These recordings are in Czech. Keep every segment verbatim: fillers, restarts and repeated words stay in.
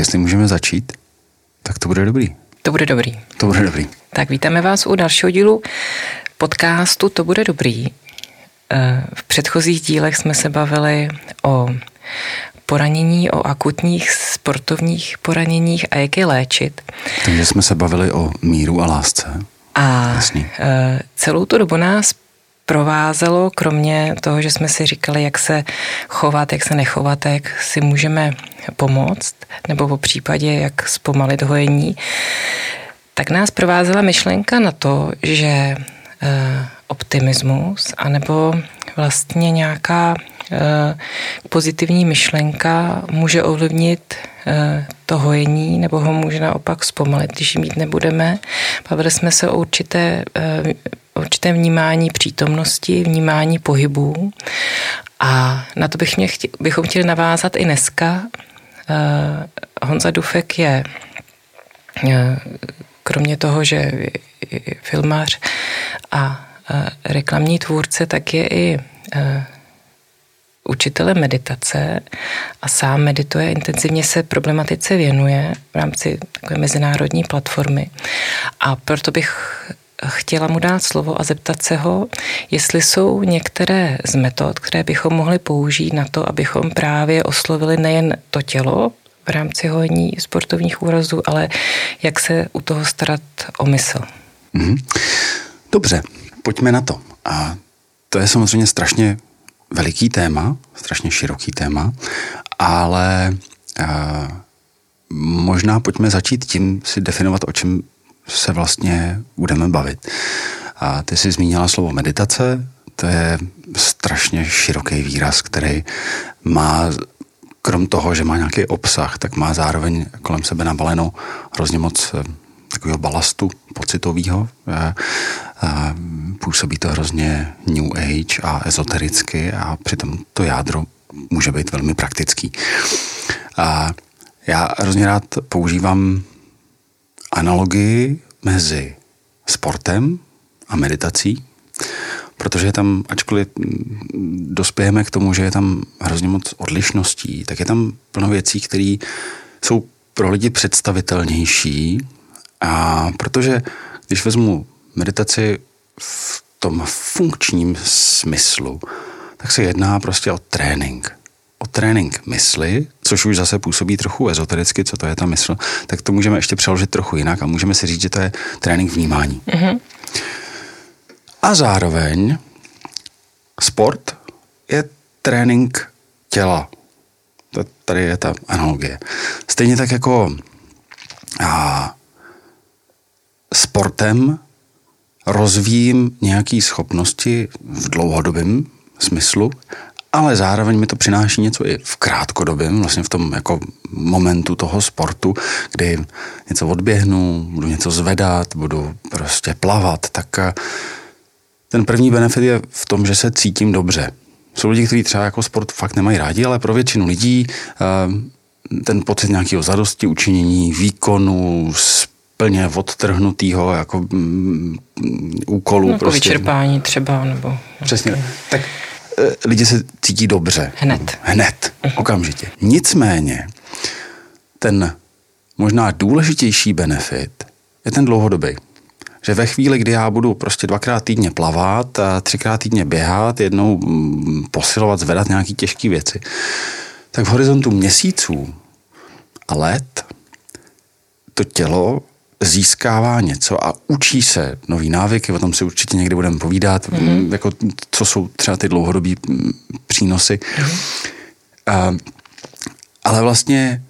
jestli můžeme začít, tak to bude dobrý. To bude dobrý. To bude dobrý. Tak vítáme vás u dalšího dílu podcastu To bude dobrý. V předchozích dílech jsme se bavili o poranění, o akutních sportovních poraněních a jak je léčit. Takže jsme se bavili o míru a lásce. A Jasný. celou tu dobu nás provázelo, kromě toho, že jsme si říkali, jak se chovat, jak se nechovat, jak si můžeme pomoct, nebo po případě, jak zpomalit hojení, tak nás provázela myšlenka na to, že optimismus, anebo vlastně nějaká pozitivní myšlenka může ovlivnit to hojení, nebo ho může naopak zpomalit, když mít nebudeme. Bavili jsme se o určité, určité vnímání přítomnosti, vnímání pohybů a na to bych mě chtě, bychom chtěli navázat i dneska. Honza Dufek je kromě toho, že je filmař a reklamní tvůrce, tak je i učitelem meditace a sám medituje, intenzivně se problematice věnuje v rámci takové mezinárodní platformy. A proto bych chtěla mu dát slovo a zeptat se ho, jestli jsou některé z metod, které bychom mohli použít na to, abychom právě oslovili nejen to tělo v rámci hojení sportovních úrazů, ale jak se u toho starat o mysl. Mm-hmm. Dobře, pojďme na to. A to je samozřejmě strašně veliký téma, strašně široký téma, ale a, možná pojďme začít tím si definovat, o čem se vlastně budeme bavit. A ty jsi zmínila slovo meditace, to je strašně široký výraz, který má, krom toho, že má nějaký obsah, tak má zároveň kolem sebe nabaleno hrozně moc takového balastu pocitového. Působí to hrozně New Age a ezotericky a přitom to jádro může být velmi praktický. A já hrozně rád používám analogii mezi sportem a meditací, protože je tam, ačkoliv dospějeme k tomu, že je tam hrozně moc odlišností, tak je tam plno věcí, které jsou pro lidi představitelnější. A protože když vezmu meditaci v tom funkčním smyslu, tak se jedná prostě o trénink. O trénink mysli, což už zase působí trochu ezotericky, co to je ta mysl, tak to můžeme ještě přeložit trochu jinak a můžeme si říct, že to je trénink vnímání. Mm-hmm. A zároveň sport je trénink těla. To tady je ta analogie. Stejně tak jako a, sportem rozvíjím nějaké schopnosti v dlouhodobém smyslu, ale zároveň mi to přináší něco i v krátkodobém, vlastně v tom jako momentu toho sportu, kdy něco odběhnu, budu něco zvedat, budu prostě plavat, tak ten první benefit je v tom, že se cítím dobře. Jsou lidi, kteří třeba jako sport fakt nemají rádi, ale pro většinu lidí ten pocit nějakého zadosti, učinění, výkonu, plně odtrhnutýho jako mm, úkolu. No, jako prostě. Vyčerpání třeba, nebo... Přesně. Tak e, lidi se cítí dobře. Hned. Hned. Uh-huh. Okamžitě. Nicméně ten možná důležitější benefit je ten dlouhodobý. Že ve chvíli, kdy já budu prostě dvakrát týdně plavat a třikrát týdně běhat, jednou mm, posilovat, zvedat nějaký těžké věci, tak v horizontu měsíců a let to tělo získává něco a učí se nový návyky, o tom si určitě někdy budeme povídat, mm-hmm. jako, co jsou třeba ty dlouhodobý přínosy. Mm-hmm. A, ale vlastně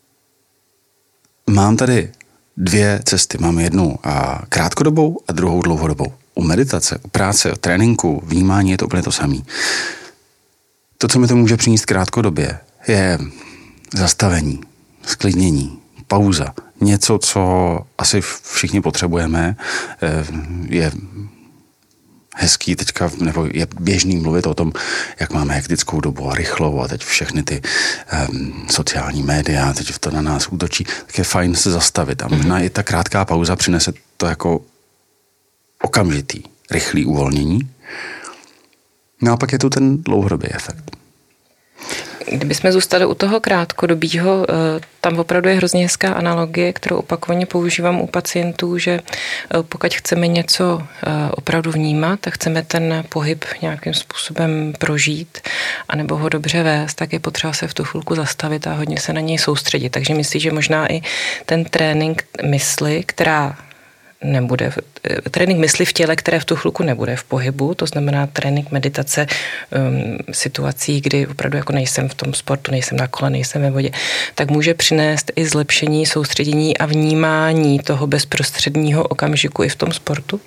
mám tady dvě cesty. Mám jednu a krátkodobou a druhou dlouhodobou. U meditace, u práce, u tréninku, vnímání je to úplně to samé. To, co mi to může přinést krátkodobě, je zastavení, sklidnění, pauza. Něco, co asi všichni potřebujeme, je hezký teďka, nebo je běžný mluvit o tom, jak máme hektickou dobu a rychlou a teď všechny ty um, sociální média, teď to na nás útočí, tak je fajn se zastavit. A možná mm-hmm. i ta krátká pauza přinese to jako okamžitý, rychlý uvolnění. No a pak je tu ten dlouhodobý efekt. Kdybychom zůstali u toho krátkodobího, tam opravdu je hrozně hezká analogie, kterou opakovaně používám u pacientů, že pokud chceme něco opravdu vnímat a chceme ten pohyb nějakým způsobem prožít anebo ho dobře vést, tak je potřeba se v tu chvilku zastavit a hodně se na něj soustředit. Takže myslím, že možná i ten trénink mysli, která nebude, trénink mysli v těle, které v tu chvilku nebude v pohybu, to znamená trénink meditace um, situací, kdy opravdu jako nejsem v tom sportu, nejsem na kole, nejsem ve vodě, tak může přinést i zlepšení soustředění a vnímání toho bezprostředního okamžiku i v tom sportu?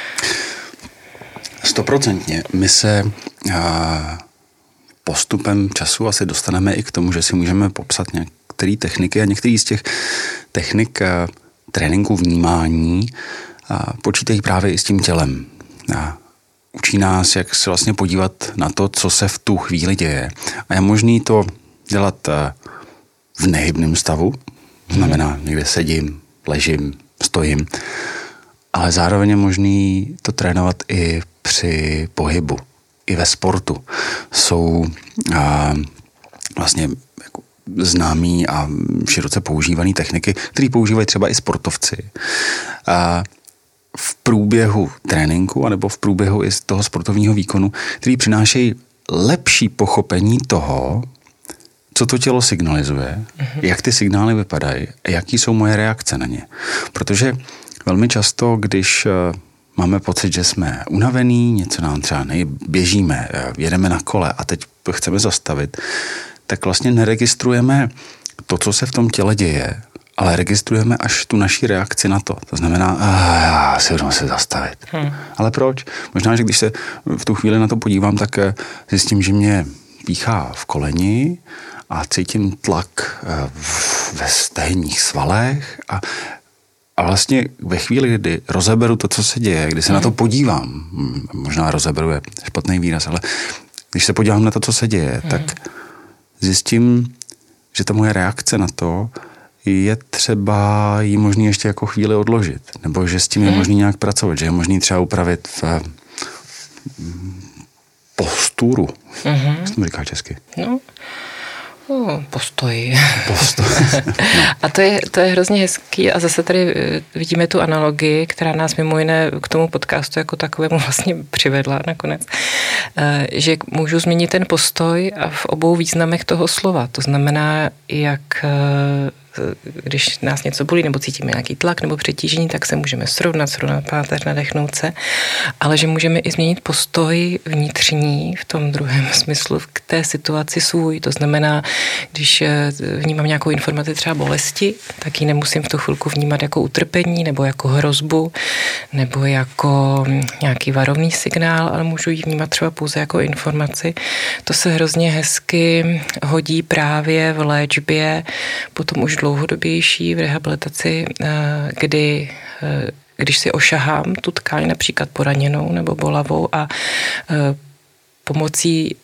Stoprocentně. My se a, postupem času asi dostaneme i k tomu, že si můžeme popsat některé techniky a některý z těch technik a, tréninku vnímání a počítají právě i s tím tělem. A učí nás, jak se vlastně podívat na to, co se v tu chvíli děje. A je možný to dělat v nehybném stavu, znamená někde sedím, ležím, stojím, ale zároveň je možný to trénovat i při pohybu, i ve sportu. Jsou a, vlastně jako známý a široce používané techniky, které používají třeba i sportovci. A v průběhu tréninku anebo v průběhu i z toho sportovního výkonu, který přinášejí lepší pochopení toho, co to tělo signalizuje, mm-hmm. jak ty signály vypadají a jaký jsou moje reakce na ně. Protože velmi často, když máme pocit, že jsme unavení, něco nám třeba nejběžíme, jedeme na kole a teď chceme zastavit, tak vlastně neregistrujeme to, co se v tom těle děje, ale registrujeme až tu naši reakci na to. To znamená, já si budu se zastavit. Hmm. Ale proč? Možná, že když se v tu chvíli na to podívám, tak zjistím, že mě píchá v koleni a cítím tlak ve stehenních svalech a, a vlastně ve chvíli, kdy rozeberu to, co se děje, kdy se hmm. na to podívám, možná rozeberu je špatný výraz, ale když se podívám na to, co se děje, hmm. tak zjistím, že ta moje reakce na to je třeba jí možný ještě jako chvíli odložit. Nebo že s tím je možný nějak pracovat. Že je možný třeba upravit v posturu. Mm-hmm. Jak se to říká česky? No, oh, postoj. Postoj. No. A to je, to je hrozně hezký a zase tady vidíme tu analogii, která nás mimo jiné k tomu podcastu jako takovému vlastně přivedla nakonec, že můžu změnit ten postoj a v obou významech toho slova. To znamená, jak když nás něco bolí nebo cítíme nějaký tlak nebo přetížení, tak se můžeme srovnat, srovnat páteř, nadechnout se, ale že můžeme i změnit postoj vnitřní v tom druhém smyslu k té situaci svůj. To znamená, když vnímám nějakou informaci třeba bolesti, tak ji nemusím v tu chvilku vnímat jako utrpení nebo jako hrozbu nebo jako nějaký varovný signál, ale můžu ji vnímat třeba pouze jako informaci. To se hrozně hezky hodí právě v léčbě, potom už dlouhodobější v rehabilitaci, kdy, když si ošahám tu tkáň například poraněnou nebo bolavou a pomocí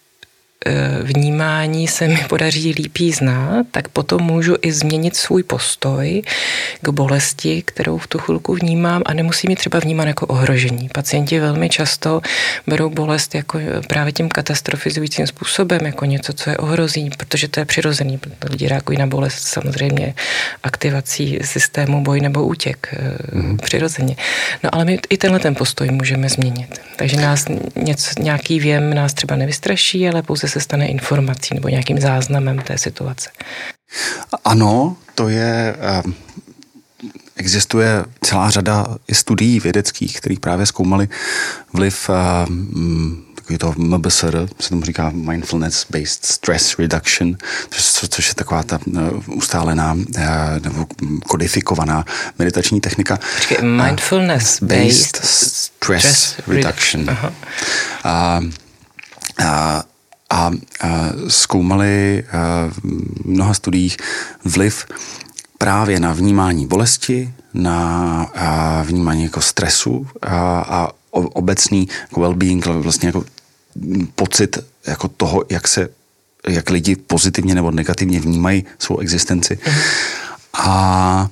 vnímání se mi podaří líp jí znát, tak potom můžu i změnit svůj postoj k bolesti, kterou v tu chvilku vnímám a nemusím ji třeba vnímat jako ohrožení. Pacienti velmi často berou bolest jako právě tím katastrofizujícím způsobem, jako něco, co je ohrozí, protože to je přirozený. Lidi reagují na bolest samozřejmě aktivací systému boj nebo útěk mm. přirozeně. No ale my i tenhle ten postoj můžeme změnit. Takže nás něco, nějaký věm nás třeba nevystraší, ale pouze se stane informací nebo nějakým záznamem té situace. Ano, to je, existuje celá řada i studií vědeckých, které právě zkoumaly vliv takový to M B S R, se tomu říká Mindfulness Based Stress Reduction, což, což je taková ta ustálená nebo kodifikovaná meditační technika. Počkej, Mindfulness Based Stress, stress Reduction. Aha. A, a A, a zkoumali v mnoha studiích vliv právě na vnímání bolesti, na vnímání jako stresu a, a obecný jako well-being, vlastně jako pocit jako toho, jak se, jak lidi pozitivně nebo negativně vnímají svou existenci. Mhm. A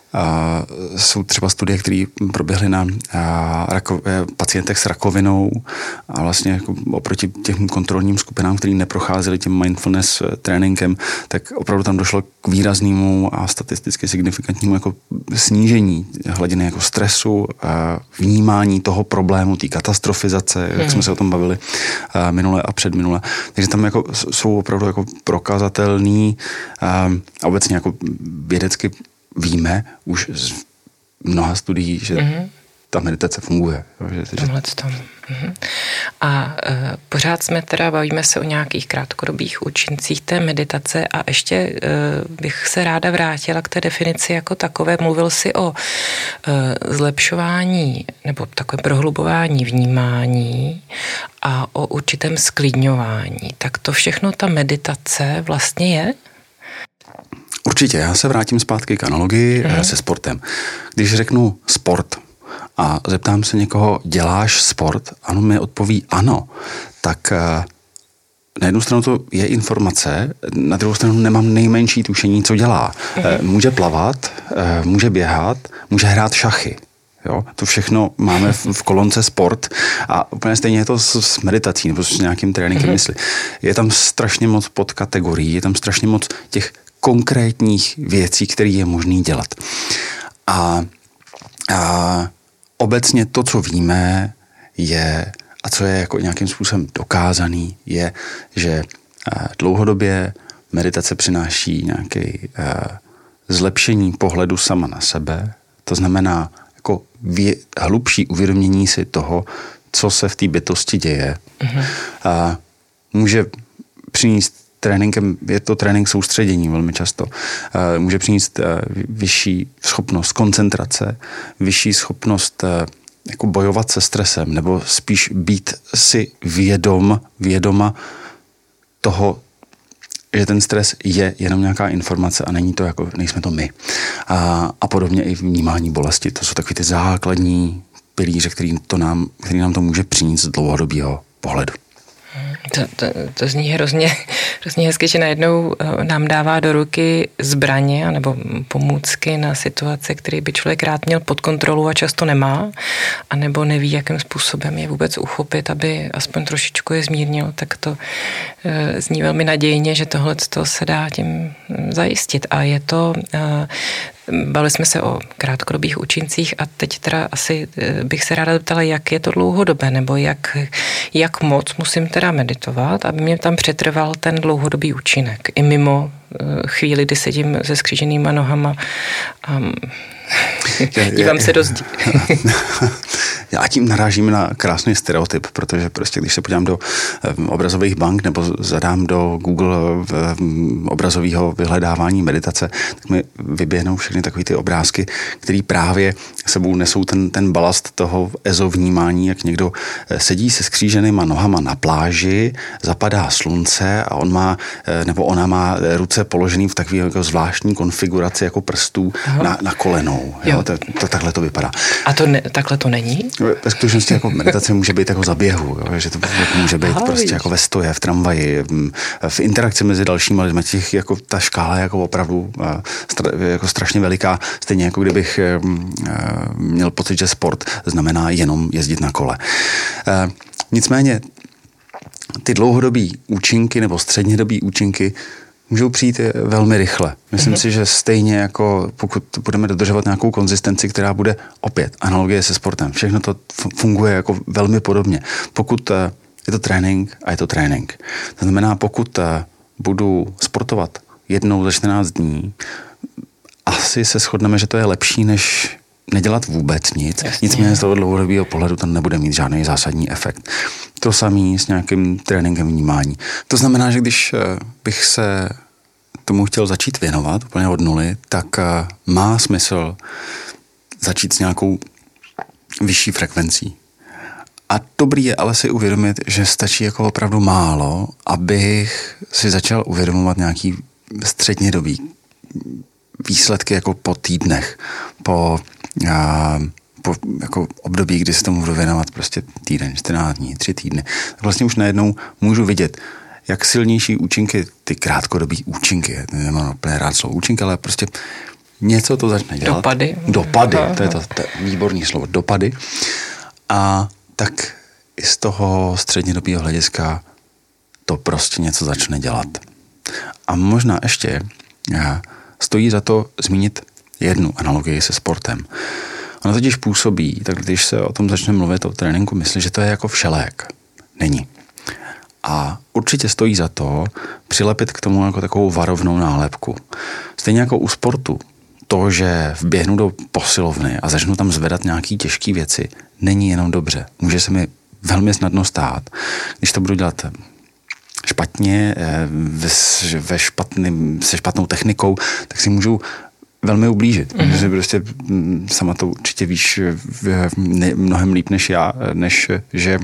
Uh, jsou třeba studie, které proběhly na uh, rako, pacientech s rakovinou a vlastně jako oproti těm kontrolním skupinám, který neprocházeli tím mindfulness tréninkem, tak opravdu tam došlo k výraznému a statisticky signifikantnímu jako snížení hladiny jako stresu, uh, vnímání toho problému, té katastrofizace, hmm. jak jsme se o tom bavili uh, minule a předminule. Takže tam jako jsou opravdu jako prokazatelný uh, a obecně jako vědecky víme už z mnoha studií, že mm-hmm. ta meditace funguje. Že, že... Mm-hmm. A e, pořád jsme teda, bavíme se o nějakých krátkodobých účincích té meditace a ještě e, bych se ráda vrátila k té definici jako takové. Mluvil jsi o e, zlepšování nebo takové prohlubování vnímání a o určitém sklidňování. Tak to všechno ta meditace vlastně je? Určitě, já se vrátím zpátky k analogii mm. se sportem. Když řeknu sport a zeptám se někoho, děláš sport? Ano, mi odpoví ano. Tak na jednu stranu to je informace, na druhou stranu nemám nejmenší tušení, co dělá. Mm. Může plavat, může běhat, může hrát šachy. Jo, to všechno máme v, v kolonce sport a úplně stejně je to s, s meditací nebo s nějakým tréninkem mm. mysli. Je tam strašně moc podkategorií, je tam strašně moc těch konkrétních věcí, které je možný dělat. A, a obecně to, co víme, je, a co je jako nějakým způsobem dokázaný, je, že dlouhodobě meditace přináší nějaké zlepšení pohledu sama na sebe. To znamená jako vě, hlubší uvědomění si toho, co se v té bytosti děje. Mm-hmm. A může přinést tréninkem, je to trénink soustředění velmi často. Může přinést vyšší schopnost koncentrace, vyšší schopnost jako bojovat se stresem, nebo spíš být si vědom, vědoma toho, že ten stres je jenom nějaká informace a není to jako, nejsme to my. A, a podobně i vnímání bolesti. To jsou takový ty základní pilíře, který, to nám, který nám to může přinést z dlouhodobého pohledu. To, to, to zní hrozně, hrozně hezky, že najednou nám dává do ruky zbraně nebo pomůcky na situace, které by člověk rád měl pod kontrolou a často nemá, anebo neví, jakým způsobem je vůbec uchopit, aby aspoň trošičku je zmírnil, tak to e, zní velmi nadějně, že tohle se dá tím zajistit. A je to... E, Bavili jsme se o krátkodobých účincích a teď teda asi bych se ráda zeptala, jak je to dlouhodobé, nebo jak, jak moc musím teda meditovat, aby mě tam přetrval ten dlouhodobý účinek. I mimo chvíli, kdy sedím se skříženýma nohama a dívám se do zdi. Já tím narážím na krásný stereotyp, protože prostě když se podívám do obrazových bank nebo zadám do Google obrazového vyhledávání meditace, tak mi vyběhnou všechny takové ty obrázky, které právě sebou nesou ten, ten balast toho ezovnímání, jak někdo sedí se skříženýma nohama na pláži, zapadá slunce a on má, nebo ona má ruce položený v takové jako zvláštní konfiguraci jako prstů na, na kolenou. Jo? Jo. To, to, takhle to vypadá. A to ne, takhle to není? Ve skutečnosti jako meditace může být jako za běhu, jo? Že to může být Aha, prostě víš. Jako ve stoje, v tramvaji, v interakci mezi dalšími lidmi. Těch, jako, ta škála je jako opravdu stra, jako strašně veliká. Stejně jako kdybych měl pocit, že sport znamená jenom jezdit na kole. Nicméně ty dlouhodobý účinky nebo střednědobý účinky můžou přijít velmi rychle. Myslím mm-hmm. si, že stejně jako pokud budeme dodržovat nějakou konzistenci, která bude opět analogie se sportem. Všechno to funguje jako velmi podobně. Pokud je to trénink a je to trénink. To znamená, pokud budu sportovat jednou za čtrnáct dní, asi se shodneme, že to je lepší, než nedělat vůbec nic. Jasně. Nicméně z toho dlouhodobého pohledu to nebude mít žádný zásadní efekt. To samé s nějakým tréninkem vnímání. To znamená, že když bych se tomu chtěl začít věnovat úplně od nuly, tak má smysl začít s nějakou vyšší frekvencí. A dobrý je ale si uvědomit, že stačí jako opravdu málo, abych si začal uvědomovat nějaký střednědobý výsledky jako po týdnech, po, a, po jako období, kdy se tomu budu věnovat prostě týden, čtrnáct dní, tři týdny. Tak vlastně už najednou můžu vidět, jak silnější účinky, ty krátkodobý účinky, nemám úplně rád slovo účinky, ale prostě něco to začne dělat. Dopady. Dopady, to je to, to je výborný slovo, dopady. A tak i z toho střednědobého hlediska to prostě něco začne dělat. A možná ještě stojí za to zmínit jednu analogii se sportem. Ono totiž působí, tak když se o tom začne mluvit o tréninku, myslí, že to je jako všelék. Není. A určitě stojí za to přilepit k tomu jako takovou varovnou nálepku. Stejně jako u sportu, to, že vběhnu do posilovny a začnu tam zvedat nějaký těžké věci, není jenom dobře. Může se mi velmi snadno stát, když to budu dělat špatně, ve špatným, se špatnou technikou, tak si můžu velmi ublížit. Mm-hmm. Protože prostě sama to určitě víš mnohem líp než já, než že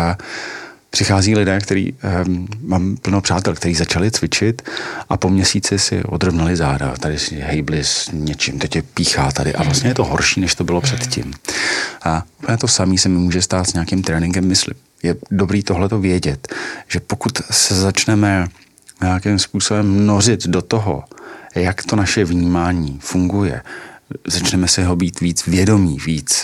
přichází lidé, který, mám plno přátel, kteří začali cvičit a po měsíci si odrovnali záda. Tady si hejbli s něčím, teď je píchá tady a vlastně je to horší, než to bylo předtím. A úplně to samé se mi může stát s nějakým tréninkem mysli. Je dobrý tohleto vědět, že pokud se začneme nějakým způsobem nořit do toho, jak to naše vnímání funguje, začneme si ho být víc vědomí, víc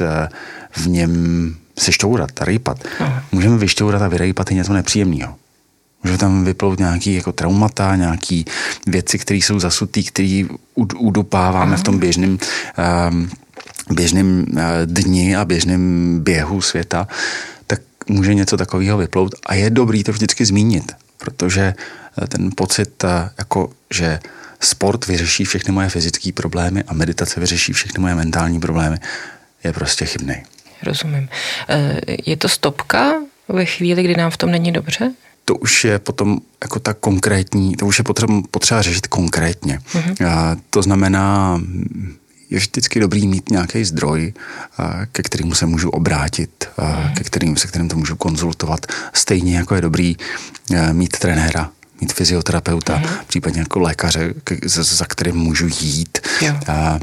v něm se šťourat a rejpat. Můžeme vyšťourat a vyrejpat i něco nepříjemného. Může tam vyplout nějaký jako traumata, nějaký věci, které jsou zasutý, které udupáváme v tom běžném um, běžným dni a běžném běhu světa, tak může něco takového vyplout a je dobrý to vždycky zmínit, protože ten pocit, jako že sport vyřeší všechny moje fyzické problémy a meditace vyřeší všechny moje mentální problémy, je prostě chybný. Rozumím. Je to stopka ve chvíli, kdy nám v tom není dobře? To už je potom jako tak konkrétní, to už je potřeba, potřeba řešit konkrétně. Mm-hmm. To znamená, je vždycky dobrý mít nějaký zdroj, ke kterému se můžu obrátit, mm-hmm. ke kterým, se kterým to můžu konzultovat. Stejně jako je dobrý mít trenéra, mít fyzioterapeuta, mm-hmm. případně jako lékaře, za kterým můžu jít. Jo.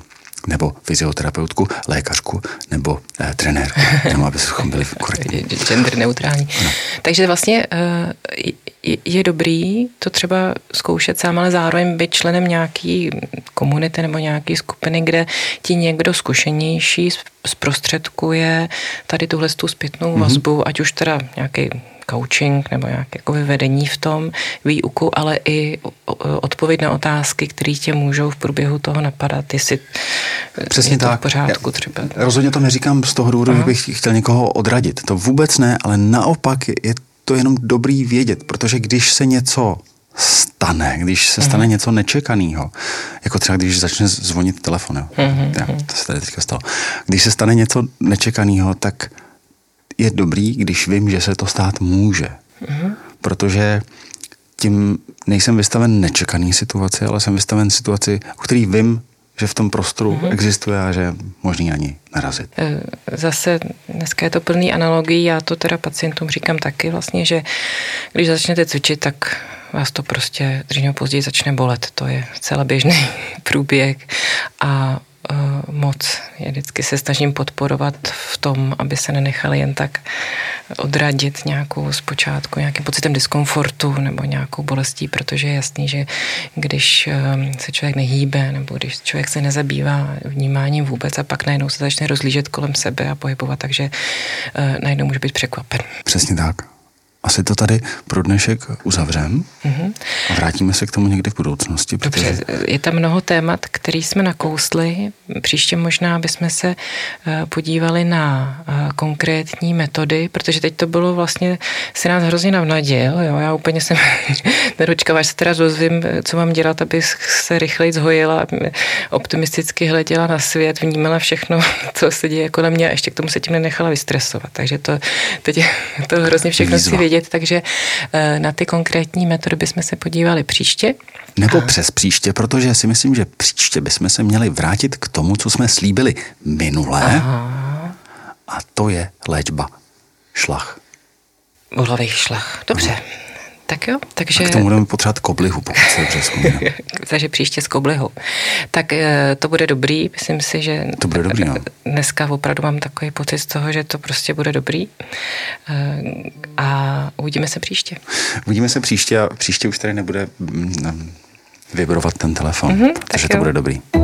Nebo fyzioterapeutku, lékařku, nebo eh, trenérku, jenom abychom byli korektní. Gender neutrální. Ano. Takže vlastně eh, je, je dobrý to třeba zkoušet sám, ale zároveň být členem nějaký komunity nebo nějaký skupiny, kde ti někdo zkušenější zprostředkuje tady tuhle tu zpětnou vazbu, mm-hmm. ať už teda nějaký coaching nebo nějaké jako vyvedení v tom výuku, ale i odpověď na otázky, které tě můžou v průběhu toho napadat, jestli přesně je to tak. v pořádku třeba. Rozhodně to neříkám z toho důvodu, Aha. že bych chtěl někoho odradit. To vůbec ne, ale naopak je to jenom dobrý vědět, protože když se něco stane, když se stane mm-hmm. něco nečekaného, jako třeba když začne zvonit telefon, jo. Mm-hmm. Ja, to se tady teďka stalo. Když se stane něco nečekaného, tak je dobrý, když vím, že se to stát může. Mm-hmm. Protože tím nejsem vystaven nečekaný situaci, ale jsem vystaven situaci, o který vím, že v tom prostoru mm-hmm. existuje a že je možný na ní narazit. Zase dneska je to plný analogií, já to teda pacientům říkám taky vlastně, že když začnete cvičit, tak vás to prostě dřív nebo později začne bolet. To je celá běžný průběh a moc. Já vždycky se snažím podporovat v tom, aby se nenechali jen tak odradit nějakou zpočátku, nějakým pocitem diskomfortu nebo nějakou bolestí, protože je jasný, že když se člověk nehýbe nebo když člověk se nezabývá vnímáním vůbec a pak najednou se začne rozlížet kolem sebe a pohybovat, takže najednou může být překvapen. Přesně tak. Asi to tady pro dnešek uzavřem mm-hmm. a vrátíme se k tomu někdy v budoucnosti. Protože... Dobře, je tam mnoho témat, který jsme nakousli. Příště možná bychom se podívali na konkrétní metody, protože teď to bylo vlastně, si nás hrozně navnadil. Jo? Já úplně jsem nedočkala, až se teda dozvím, co mám dělat, abych se rychleji zhojila, optimisticky hleděla na svět, vnímala všechno, co se děje kolem mě a ještě k tomu se tím nenechala vystresovat. Takže to, teď je to hrozně všechno si vědět. Takže na ty konkrétní metody bychom se podívali příště. Nebo a... přes příště, protože si myslím, že příště bychom se měli vrátit k tomu, co jsme slíbili minule. Aha. A to je léčba šlach. Bolavý šlach. Dobře. Aha. Tak jo, takže... A k tomu budeme potřebovat koblihu, pokud se dobře vzpomínám. Takže příště s koblihou. Tak to bude dobrý, myslím si, že... To bude dobrý, no. Dneska opravdu mám takový pocit z toho, že to prostě bude dobrý. A uvidíme se příště. Uvidíme se příště a příště už tady nebude vibrovat ten telefon, mm-hmm, protože to bude dobrý.